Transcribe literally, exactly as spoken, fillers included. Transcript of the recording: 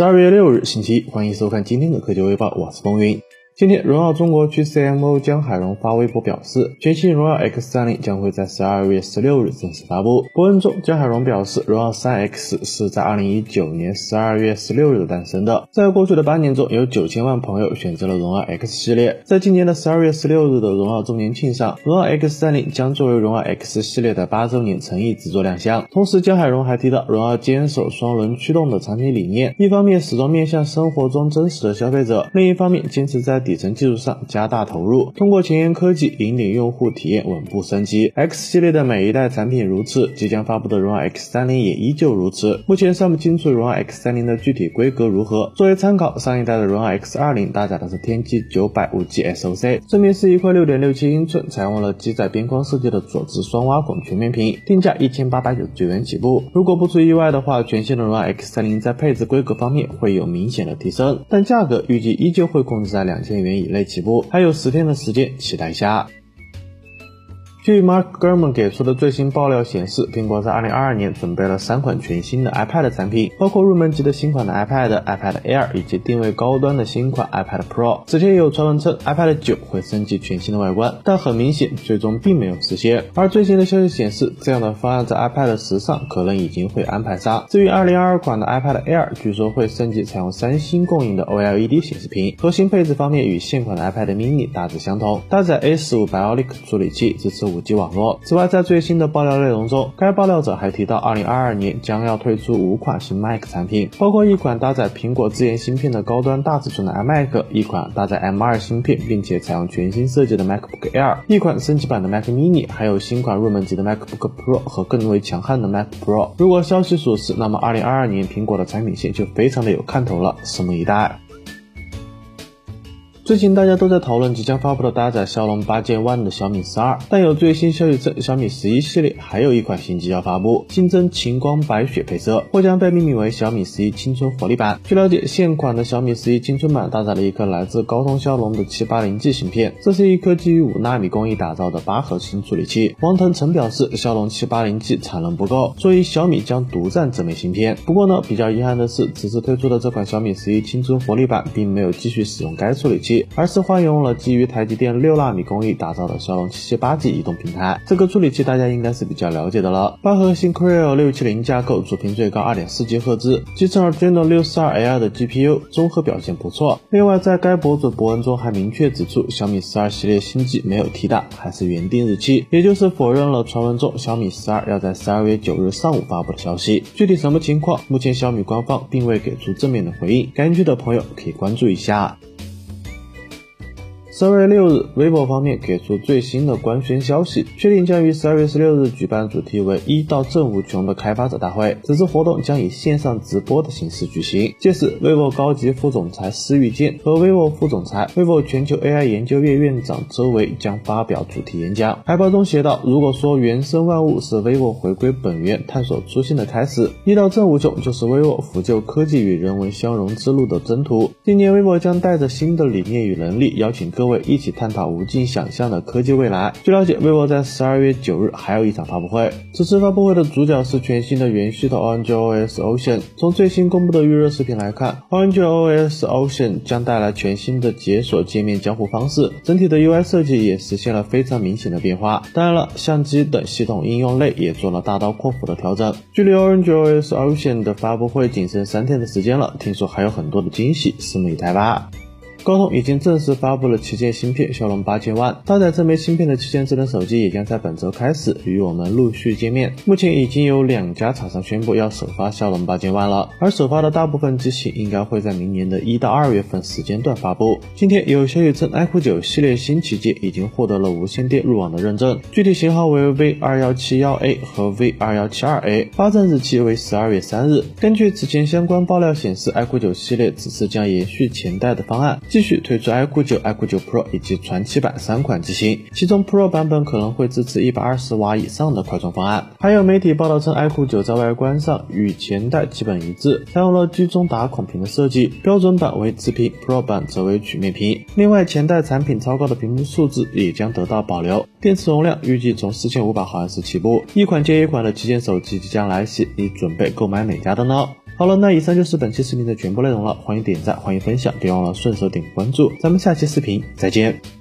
十二月六日星期一，欢迎收看今天的科技微报，我是风云。今天荣耀中国区 C M O 江海荣发微博表示，全新荣耀 X 三十 将会在十二月十六日正式发布。博文中，江海荣表示，荣耀 三 X 是在二零一九年十二月十六日诞生的，在过去的八年中，有九千万朋友选择了荣耀 X 系列。在今年的十二月十六日的荣耀周年庆上，荣耀 X 三十 将作为荣耀 X 系列的八周年诚意制作亮相。同时，江海荣还提到，荣耀坚守双轮驱动的产品理念，一方面始终面向生活中真实的消费者，另一方面坚持在底层技术上加大投入，通过前沿科技引领用户体验稳步升级。 X 系列的每一代产品如此，即将发布的荣耀 X 三十 也依旧如此。目前尚不清楚荣耀 X 三十 的具体规格如何。作为参考，上一代的荣耀 X 二十 搭载的是天玑九百五 G S O C， 正面是一块 六点六七英寸，采用了机载边框设计的左置双挖孔全面屏，定价一千八百九十九元起步。如果不出意外的话，全新的荣耀 X 三十 在配置规格方面会有明显的提升，但价格预计依旧会控制在两千元以内起步，还有十天的时间，期待一下。据 Mark Gurman 给出的最新爆料显示，苹果在二零二二年准备了三款全新的 iPad 产品，包括入门级的新款的 iPad、iPad Air 以及定位高端的新款 iPad Pro。此前也有传闻称 iPad 九会升级全新的外观，但很明显最终并没有实现。而最新的消息显示，这样的方案在 iPad 十上可能已经会安排上。至于二零二二款的 iPad Air， 据说会升级采用三星供应的 O L E D 显示屏，核心配置方面与现款的 iPad mini 大致相同，搭载 A十五 Bionic 处理器，支持 五 G 网络。此外，在最新的爆料内容中，该爆料者还提到二零二二年将要推出五款新 Mac 产品，包括一款搭载苹果自研芯片的高端大尺寸的 iMac， 一款搭载 M 二 芯片并且采用全新设计的 MacBook Air， 一款升级版的 Mac mini， 还有新款入门级的 MacBook Pro 和更为强悍的 Mac Pro。 如果消息属实，那么二零二二年苹果的产品线就非常的有看头了，拭目以待。最近大家都在讨论即将发布的搭载骁龙八 Gen One 的小米十二，但有最新消息称小米十一系列还有一款新机要发布，新增晴光白雪配色，或将被命名为小米十一青春活力版。据了解，现款的小米十一青春版搭载了一颗来自高通骁龙的 七八零 G 芯片，这是一颗基于五纳米工艺打造的八核心处理器。王腾曾表示，骁龙 七八零 G 产能不够，所以小米将独占这枚芯片。不过呢，比较遗憾的是，此次推出的这款小米十一青春活力版并没有继续使用该处理器，而是换用了基于台积电六纳米工艺打造的骁龙七七八 G 移动平台。这个处理器大家应该是比较了解的了，八核心 Creo 六七零架构，主频最高 二点四 吉赫兹，集成了 Adreno 六四二 L 的 G P U， 综合表现不错。另外，在该博主博文中还明确指出，小米十二系列新机没有替代，还是原定日期，也就是否认了传闻中小米十二要在十二月九日上午发布的消息。具体什么情况，目前小米官方并未给出正面的回应，感兴趣的朋友可以关注一下。十二月六日 vivo 方面给出最新的官宣消息，确定将于十二月十六日举办主题为一到正无穷的开发者大会，此次活动将以线上直播的形式举行。届时 vivo 高级副总裁施玉健和 vivo 副总裁 vivo 全球 A I 研究院院长周维将发表主题演讲。海报中写道，如果说原生万物是 vivo 回归本源探索初心的开始，一到正无穷就是 vivo 辅救科技与人文相融之路的征途。今年 vivo 将带着新的理念与能力，邀请各位一起探讨无尽想象的科技未来。据了解， vivo 在十二月九日还有一场发布会，此次发布会的主角是全新的元系统 Orange O S Ocean。 从最新公布的预热视频来看， Orange O S Ocean 将带来全新的解锁界面交互方式，整体的 U I 设计也实现了非常明显的变化。当然了，相机等系统应用类也做了大刀阔斧的调整。距离 Orange O S Ocean 的发布会仅剩三天的时间了，听说还有很多的惊喜，拭目以待吧。高通已经正式发布了旗舰芯片骁龙八 Gen One， 搭载这枚芯片的旗舰智能手机也将在本周开始与我们陆续见面。目前已经有两家厂商宣布要首发骁龙八 Gen One 了，而首发的大部分机型应该会在明年的一到二月份时间段发布。今天有消息称 iQOO 九系列新旗舰已经获得了无线电入网的认证，具体型号为 V二一七一 A 和 V二一七二 A， 发证日期为十二月三日。根据此前相关爆料显示， iQOO 九系列此次将延续前代的方案，继续推出 iQOO 九、iQOO 九 Pro 以及传奇版三款机型，其中 Pro 版本可能会支持一百二十瓦以上的快充方案。还有媒体报道称 iQOO 九在外观上与前代基本一致，采用了居中打孔屏的设计，标准版为直屏， Pro 版则为曲面屏。另外，前代产品超高的屏幕素质也将得到保留，电池容量预计从四千五百毫安时起步。一款接一款的旗舰手机即将来袭，你准备购买哪家的呢？ 好了，那以上就是本期视频的全部内容了，欢迎点赞，欢迎分享，别忘了顺手点个关注，咱们下期视频再见。